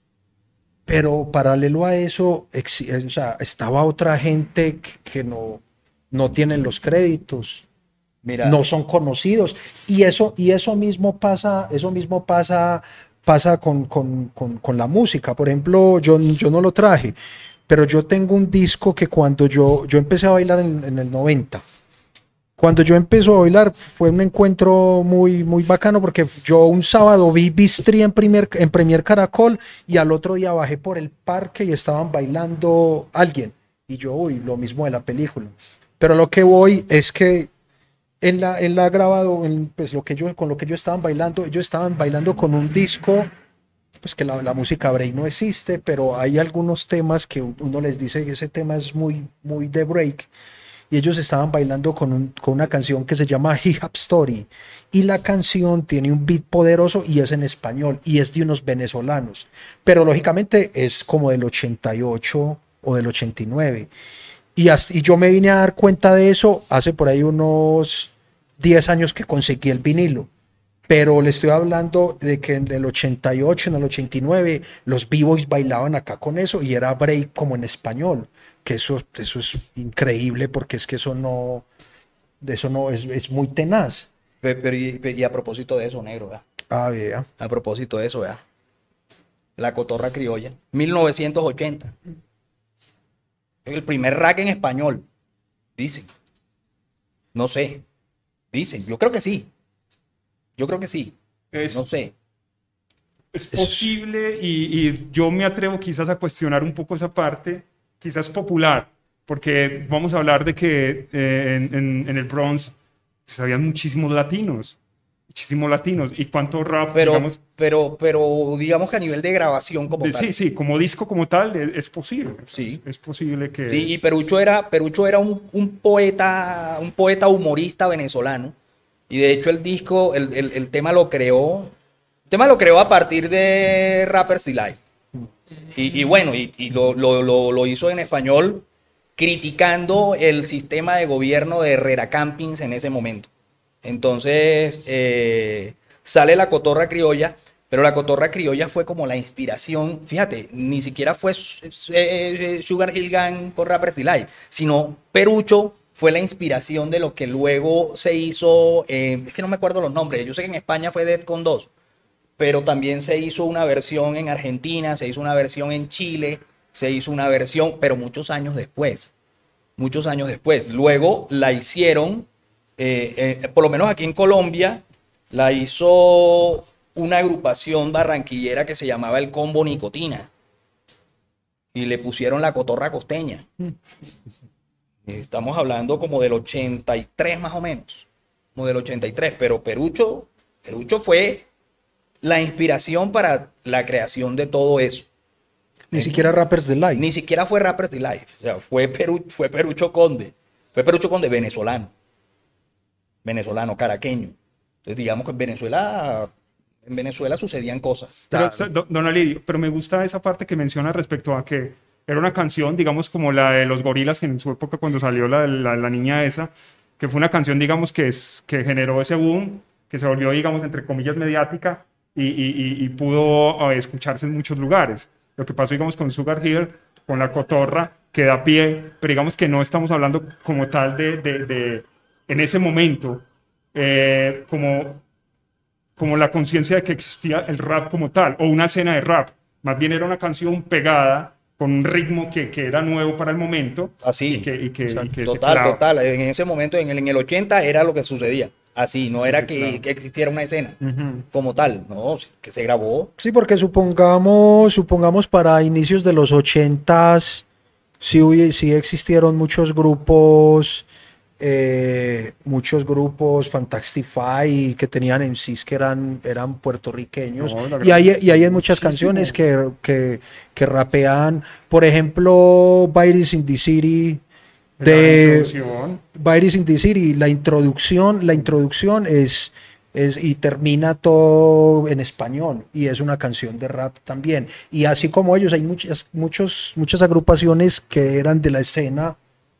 Pero paralelo a eso, exi- o sea, estaba otra gente que, que no, no tienen los créditos, Mira, no son conocidos. Y eso, y eso mismo pasa, eso mismo pasa, pasa con, con, con, con la música. Por ejemplo, yo, yo no lo traje, pero yo tengo un disco que cuando yo, yo empecé a bailar en, en el noventa. Cuando yo empecé a bailar fue un encuentro muy, muy bacano porque yo un sábado vi Bistri en Premier, en Premier Caracol y al otro día bajé por el parque y estaban bailando alguien. Y yo, uy, lo mismo de la película. Pero lo que voy es que en la, en la grabado, en, pues lo que yo, con lo que yo estaban bailando, ellos estaban bailando con un disco, pues que la, la música break no existe, pero hay algunos temas que uno les dice que ese tema es muy, muy de break. Y ellos estaban bailando con, un, con una canción que se llama Hip Hop Story. Y la canción tiene un beat poderoso y es en español y es de unos venezolanos. Pero lógicamente es como del ochenta y ocho o del ochenta y nueve. Y, hasta, y yo me vine a dar cuenta de eso hace por ahí unos diez años que conseguí el vinilo. Pero le estoy hablando de que en el ochenta y ocho, en el ochenta y nueve, los b-boys bailaban acá con eso y era break como en español. Que eso, eso es increíble porque es que eso no, eso no es, es muy tenaz. Pero, pero y, y a propósito de eso, negro, ¿verdad? Ah, vea. A propósito de eso, ¿verdad? La cotorra criolla, mil novecientos ochenta. El primer rap en español, dicen. No sé, dicen. Yo creo que sí. Yo creo que sí. Es, No sé. es posible y, y yo me atrevo quizás a cuestionar un poco esa parte, quizás popular, porque vamos a hablar de que eh, en, en, en el Bronx pues, había muchísimos latinos, muchísimos latinos. ¿Y cuánto rap, Pero, digamos? pero, pero digamos que a nivel de grabación como de- tal. sí, sí, como disco como tal, es, es posible. Sí. Es, es posible que... Sí, y Perucho era, Perucho era un, un poeta, un poeta humorista venezolano. Y de hecho el disco, el, el, el tema lo creó, el tema lo creó a partir de Rappers Delight. Y, y bueno, y, y lo, lo, lo, lo hizo en español criticando el sistema de gobierno de Herrera Campins en ese momento. Entonces eh, sale la cotorra criolla, pero la cotorra criolla fue como la inspiración, fíjate, ni siquiera fue eh, Sugar Hill Gang con Rappers Delight, sino Perucho fue la inspiración de lo que luego se hizo, eh, es que no me acuerdo los nombres, yo sé que en España fue Defcon dos, pero también se hizo una versión en Argentina, se hizo una versión en Chile, se hizo una versión, pero muchos años después, muchos años después. Luego la hicieron eh, eh, por lo menos aquí en Colombia, la hizo una agrupación barranquillera que se llamaba el Combo Nicotina. Y le pusieron la cotorra costeña. Estamos hablando como del ochenta y tres más o menos. Como del ochenta y tres. Pero Perucho, Perucho fue la inspiración para la creación de todo eso. Ni siquiera Rappers Delight. Ni siquiera fue Rappers Delight. O sea, fue, Peru, fue Perucho Conde. Fue Perucho Conde venezolano. Venezolano, caraqueño. Entonces, digamos que en Venezuela, en Venezuela sucedían cosas. Pero, don, don Alirio, pero me gusta esa parte que menciona respecto a que era una canción, digamos, como la de los Gorilas en su época cuando salió la, la, la niña esa, que fue una canción, digamos, que, es, que generó ese boom, que se volvió, digamos, entre comillas, mediática y, y, y, y pudo escucharse en muchos lugares. Lo que pasó, digamos, con Sugar Hill, con La Cotorra, que da pie, pero digamos que no estamos hablando como tal de, de, de en ese momento, eh, como, como la conciencia de que existía el rap como tal, o una escena de rap. Más bien era una canción pegada con un ritmo que, que era nuevo para el momento. Así. Y que, y que, y que total, total. En ese momento, en el, en el ochenta, era lo que sucedía. Así, no era sí, que, claro. que existiera una escena uh-huh. como tal, no, que se grabó. Sí, porque supongamos, supongamos para inicios de los ochentas, sí, sí existieron muchos grupos, eh, muchos grupos Fantastify que tenían M Cs que eran, eran puertorriqueños. No, y, hay, y hay muchas canciones que, que, que rapean, por ejemplo, Virus in the City. De Virus in the City, la introducción, la introducción es, es y termina todo en español y es una canción de rap también. Y así como ellos, hay muchas, muchos, muchas agrupaciones que eran de la escena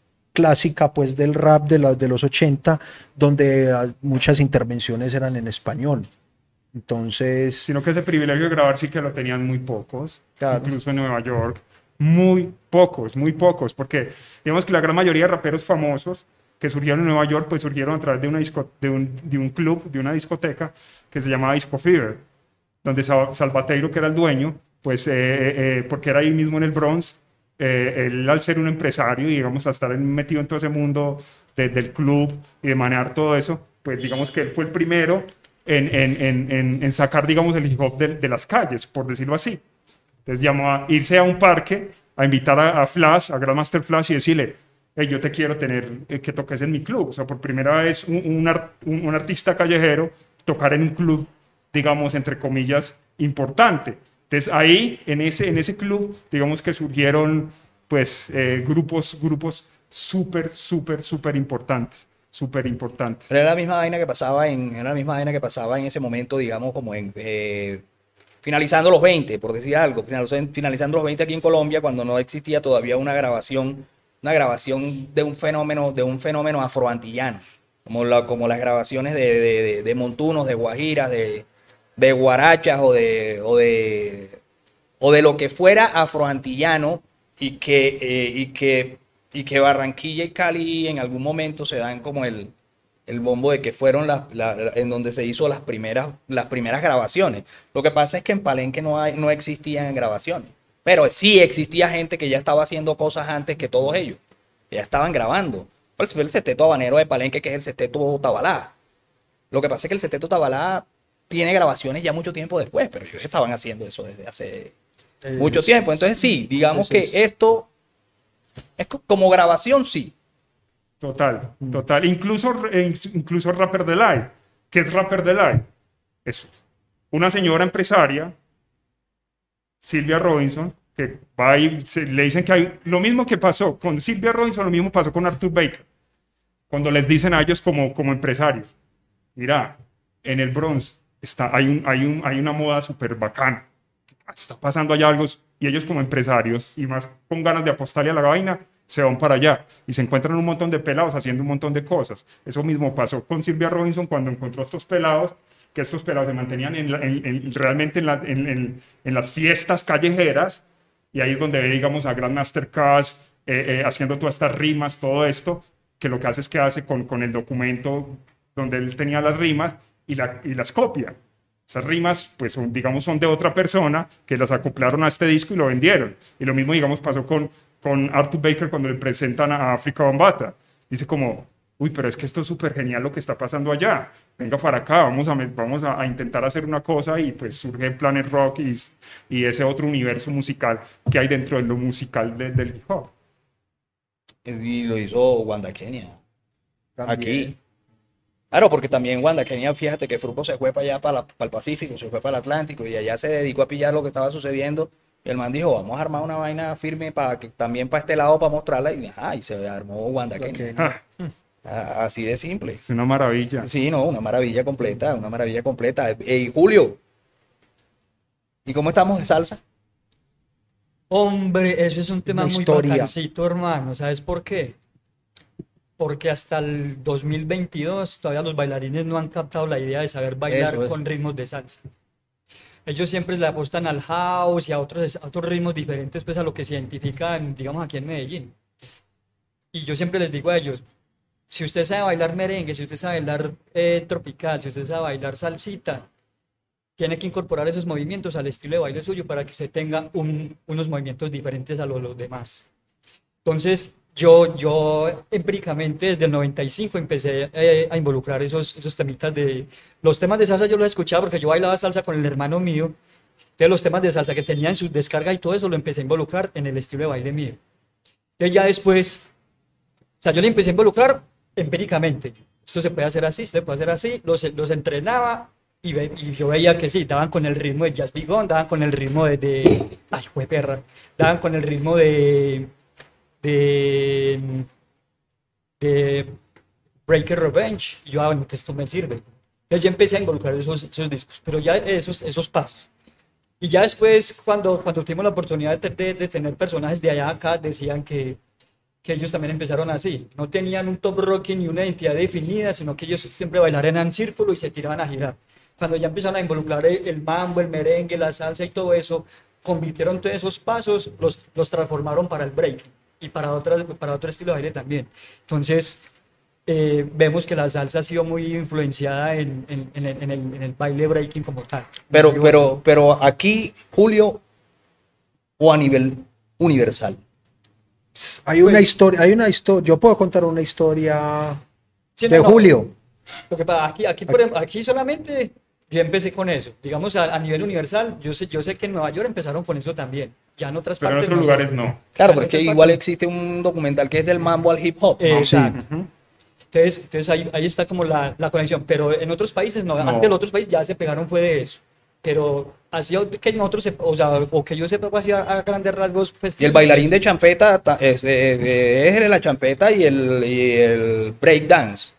clásica pues del rap de, la, de los ochenta, donde muchas intervenciones eran en español. Entonces... Sino que ese privilegio de grabar sí que lo tenían muy pocos, claro. Incluso en Nueva York. Muy pocos, muy pocos, porque digamos que la gran mayoría de raperos famosos que surgieron en Nueva York, pues surgieron a través de, una disco, de, un, de un club, de una discoteca que se llamaba Disco Fever, donde Salvateiro, que era el dueño, pues eh, eh, porque era ahí mismo en el Bronx, eh, él al ser un empresario y digamos a estar metido en todo ese mundo de, del club y de manejar todo eso, pues digamos que él fue el primero en, en, en, en, en sacar digamos el hip hop de, de las calles, por decirlo así. Entonces llamó a irse a un parque, a invitar a, a Flash, a Grandmaster Flash y decirle, hey, yo te quiero tener, eh, que toques en mi club. O sea, por primera vez un, un, art, un, un artista callejero tocar en un club, digamos, entre comillas, importante. Entonces ahí, en ese, en ese club, digamos que surgieron pues eh, grupos, grupos súper, súper, súper importantes. Súper importantes. Pero era la misma vaina que pasaba en, era la misma vaina que pasaba en ese momento, digamos, como en... Eh, finalizando los veinte, por decir algo, finalizando los veinte aquí en Colombia, cuando no existía todavía una grabación, una grabación de un fenómeno, de un fenómeno afroantillano, como, la, como las grabaciones de, de, de, de montunos, de guajiras, de, de guarachas o de, o, de, o de lo que fuera afroantillano y que, eh, y, que, y que Barranquilla y Cali en algún momento se dan como el... el bombo de que fueron las, la, en donde se hizo las primeras, las primeras grabaciones. Lo que pasa es que en Palenque no, hay, no existían grabaciones, pero sí existía gente que ya estaba haciendo cosas antes que todos ellos, que ya estaban grabando. Pues el Sexteto Habanero de Palenque, que es el Sexteto Tabalá. Lo que pasa es que el Sexteto Tabalá tiene grabaciones ya mucho tiempo después, pero ellos estaban haciendo eso desde hace eh, mucho tiempo. Entonces sí, digamos que es. esto es como grabación, sí. Total, total. Incluso, incluso Rapper Delight. ¿Qué es Rapper Delight? Es una señora empresaria, Silvia Robinson, que va y se, le dicen que hay... Lo mismo que pasó con Silvia Robinson, lo mismo pasó con Arthur Baker. Cuando les dicen a ellos como, como empresarios, mira, en el Bronx está, hay, un, hay, un, hay una moda súper bacana. Está pasando allá algo... Y ellos como empresarios, y más con ganas de apostarle a la vaina, se van para allá y se encuentran un montón de pelados haciendo un montón de cosas. Eso mismo pasó con Silvia Robinson cuando encontró a estos pelados, que estos pelados se mantenían en la, en, en, realmente en, la, en, en, en las fiestas callejeras, y ahí es donde ve, digamos, a Grandmaster Cash eh, eh, haciendo todas estas rimas, todo esto, que lo que hace es que hace con, con el documento donde él tenía las rimas y, la, y las copia. Esas rimas, pues, son, digamos, son de otra persona que las acoplaron a este disco y lo vendieron. Y lo mismo, digamos, pasó con, con Arthur Baker cuando le presentan a África Bambaataa. Dice como, uy, pero es que esto es súper genial lo que está pasando allá, venga para acá, vamos a, vamos a, a intentar hacer una cosa y pues surge Planet Rock y, y ese otro universo musical que hay dentro de lo musical de, del hip hop. Y lo hizo Wanda Kenia. También. Aquí. Claro, porque también Wanda Kenia, fíjate que Fruco se fue para allá, para, la, para el Pacífico, se fue para el Atlántico y allá se dedicó a pillar lo que estaba sucediendo. Y el man dijo, vamos a armar una vaina firme para que también para este lado, para mostrarla. Y, ajá, y se armó Wanda Kenia. Ah, Ah, Así de simple. es una maravilla. Sí, no, una maravilla completa, una maravilla completa. Ey, Julio, ¿y cómo estamos de salsa? Hombre, eso es un tema una muy historia. bacancito, hermano. ¿Sabes por qué? Porque hasta el dos mil veintidós todavía los bailarines no han captado la idea de saber bailar Eso es. con ritmos de salsa. Ellos siempre le apostan al house y a otros, a otros ritmos diferentes pues a lo que se identifican, digamos, aquí en Medellín. Y yo siempre les digo a ellos, si usted sabe bailar merengue, si usted sabe bailar eh, tropical, si usted sabe bailar salsita, tiene que incorporar esos movimientos al estilo de baile suyo para que usted tenga un- unos movimientos diferentes a los, los demás. Entonces, yo, yo empíricamente desde el noventa y cinco empecé eh, a involucrar esos, esos temitas de... Los temas de salsa yo los escuchaba porque yo bailaba salsa con el hermano mío. Entonces, los temas de salsa que tenía en su descarga y todo eso lo empecé a involucrar en el estilo de baile mío. Entonces, ya después, o sea, yo le empecé a involucrar empíricamente. Esto se puede hacer así, esto se puede hacer así. Los, los entrenaba y, ve- y yo veía que sí, daban con el ritmo de Jazz Big On, daban con el ritmo de... de ay, fue perra. Daban con el ritmo de... de... de Breaker Revenge. Y yo, ah, bueno, que esto me sirve. Entonces yo empecé a involucrar esos, esos discos, pero ya esos, esos pasos. Y ya después, cuando, cuando tuvimos la oportunidad de, de- de tener personajes de allá a acá, decían que, que ellos también empezaron así. No tenían un top rocking ni una identidad definida, sino que ellos siempre bailaban en círculo y se tiraban a girar. Cuando ya empezaron a involucrar el, el mambo, el merengue, la salsa y todo eso, convirtieron todos esos pasos, los, los transformaron para el breaking y para, otra, para otro estilo de baile también. Entonces, eh, vemos que la salsa ha sido muy influenciada en, en- en el, en el- en el baile breaking como tal. Pero, Muy pero, bueno. pero aquí, Julio, o a nivel universal. Hay una Pues- historia, hay una historia, yo puedo contar una historia Sí, de no, no, Julio. Lo que pasa, aquí, aquí, por ejemplo, aquí solamente yo empecé con eso. Digamos, a, a nivel universal, yo sé, yo sé que en Nueva York empezaron con eso también. Ya en otras Pero en partes otros no sé. lugares no. Claro, Ya pero en es que otras igual partes- existe un documental que es del mambo al hip hop. ¿no? Exacto. Ujú. Entonces, entonces ahí, ahí está como la, la conexión. Pero en otros países no. No. Antes los otros países ya se pegaron fue de eso. Pero así que nosotros, sep- o sea, o que yo sepa así a, a grandes rasgos. Pues, Y el bailarín de champeta ta- es, eh, es la champeta y el, y el break dance.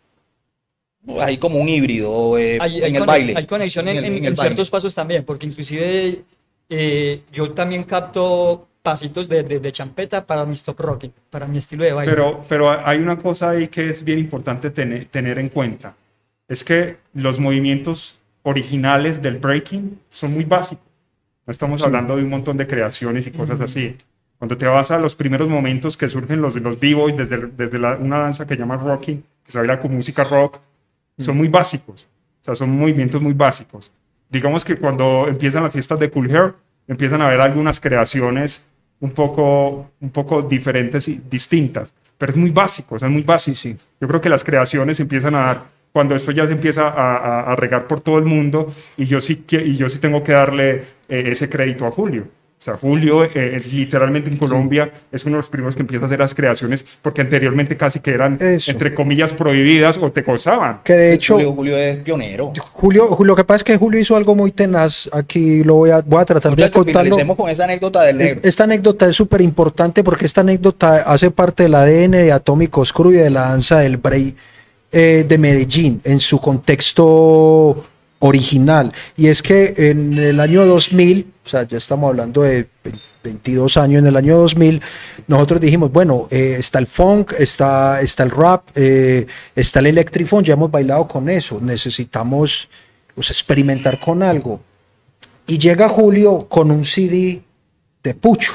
Hay como un híbrido eh, hay, en hay el conex- baile. hay conexión en, el- en- el en baile. ciertos pasos también, porque inclusive eh, yo también capto pasitos de, de, de champeta para mi stop rocking, para mi estilo de baile. Pero, pero hay una cosa ahí que es bien importante tener, tener en cuenta. Es que los movimientos originales del breaking son muy básicos. No estamos hablando de un montón de creaciones y cosas así. Cuando te vas a los primeros momentos que surgen los, los b-boys desde, desde la- una danza que se llama rocking, que se baila con música rock, son muy básicos. O sea, son movimientos muy básicos. Digamos que cuando empiezan las fiestas de Cool Hair, empiezan a haber algunas creaciones un poco, un poco diferentes y distintas. Pero es muy básico, o sea, es muy básico. Sí, sí. Yo creo que las creaciones empiezan a dar, cuando esto ya se empieza a, a- a regar por todo el mundo, y yo sí, que- y yo sí tengo que darle eh, ese crédito a Julio. O sea, Julio, eh, literalmente en Colombia, es uno de los primeros que empieza a hacer las creaciones, porque anteriormente casi que eran, Eso. entre comillas, prohibidas o te cosaban. Que de Entonces, hecho, Julio, Julio es pionero. Julio, Julio, lo que pasa es que Julio hizo algo muy tenaz. Aquí lo voy a, voy a tratar de Muchachos, contarlo. finalicemos con esa anécdota del Es- negro. Esta anécdota es súper importante porque esta anécdota hace parte del A D N de Atómicos Crew y de la danza del break eh, de Medellín en su contexto original. Y es que en el año dos mil, o sea, ya estamos hablando de veintidós años, en el año dos mil, nosotros dijimos, bueno, eh, está el funk, está, está el rap, eh, está el electrifunk, ya hemos bailado con eso, necesitamos pues, experimentar con algo. Y llega Julio con un C D de Pucho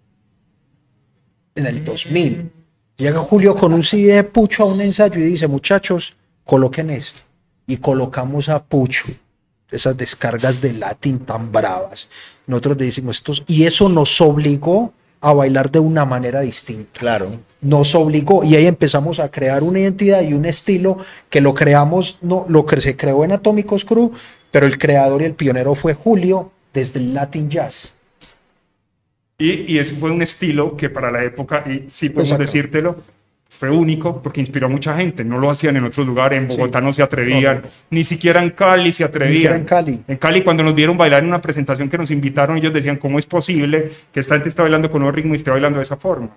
en el dos mil. Llega Julio con un C D de Pucho a un ensayo y dice, muchachos, coloquen esto. Y colocamos a Pucho, esas descargas de Latin tan bravas. Nosotros decimos estos, y eso nos obligó a bailar de una manera distinta. Claro. Nos obligó y ahí empezamos a crear una identidad y un estilo que lo creamos, no, lo que se creó en Atómicos Crew, pero el creador y el pionero fue Julio desde el Latin Jazz. Y, y ese fue un estilo que para la época, y sí podemos Exacto. decírtelo, fue único porque inspiró a mucha gente. No lo hacían en otros lugares, en Bogotá no se atrevían, No, no. ni siquiera en Cali se atrevían. Ni siquiera en Cali. En Cali, cuando nos vieron bailar en una presentación que nos invitaron, ellos decían, ¿cómo es posible que esta gente está bailando con un ritmo y esté bailando de esa forma?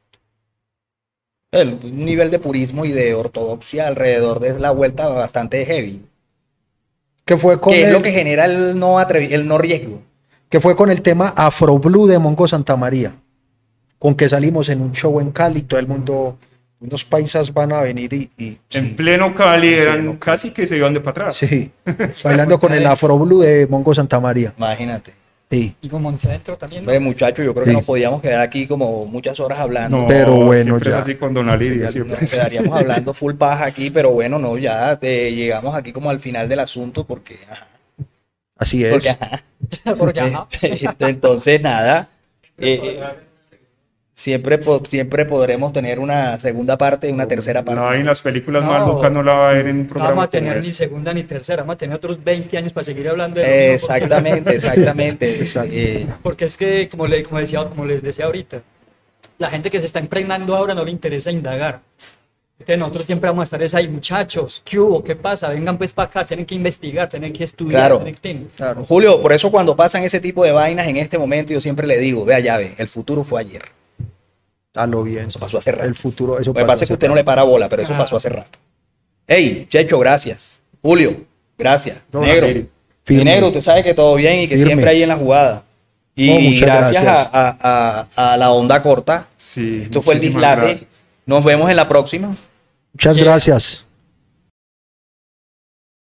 El un nivel de purismo y de ortodoxia alrededor de la vuelta bastante heavy. Que fue con Que es el, lo que genera el no, atrevi el no riesgo. que fue con el tema Afro Blue de Mongo Santa María, con que salimos en un show en Cali, todo el mundo, unos paisas van a venir y, y En sí, pleno Cali eran pleno Cali. casi que se iban de para atrás. sí, bailando con el Afro Blue de Mongo Santa María. Imagínate. Sí. Y con Montedentro también, ¿no? Ve, muchachos, yo creo Sí. que nos podíamos quedar aquí como muchas horas hablando. No, Pero bueno, siempre ya. es así con Don Alirio, Nos siempre. quedaríamos hablando full paja aquí, pero bueno, no, ya te, llegamos aquí como al final del asunto porque, ajá, Así es. porque, ajá. Porque, ajá. Entonces, nada, eh, siempre, po- siempre podremos tener una segunda parte y una tercera parte. No, en las películas No, más locas no la va a ver en un No programa vamos a como tener ni este. segunda ni tercera, vamos a tener otros veinte años para seguir hablando de lo mismo, porque- Exactamente, exactamente. Exacto. Eh, Porque es que, como, le, como, decía, como les decía ahorita, la gente que se está impregnando ahora no le interesa indagar. Entonces nosotros siempre vamos a estar es ahí, muchachos, ¿qué hubo? ¿Qué pasa? Vengan pues para acá, tienen que investigar, tienen que estudiar, Claro. tienen que... Claro. Julio, por eso cuando pasan ese tipo de vainas en este momento, yo siempre le digo, vea llave, el futuro fue ayer. A lo bien. Eso pasó hace rato. El futuro, eso Lo que pasó pasa es que hace usted no le para bola, pero eso Ah. pasó hace rato. Hey, Checho, gracias. Julio, gracias. Don Negro, Alirio. y Firme. Negro, usted sabe que todo bien y que Firme. siempre ahí en la jugada. Y No, muchas gracias, gracias. A, a- a- a la onda corta. Sí, Esto fue el muchísimas dislate. gracias. Nos vemos en la próxima. Muchas Yeah. gracias.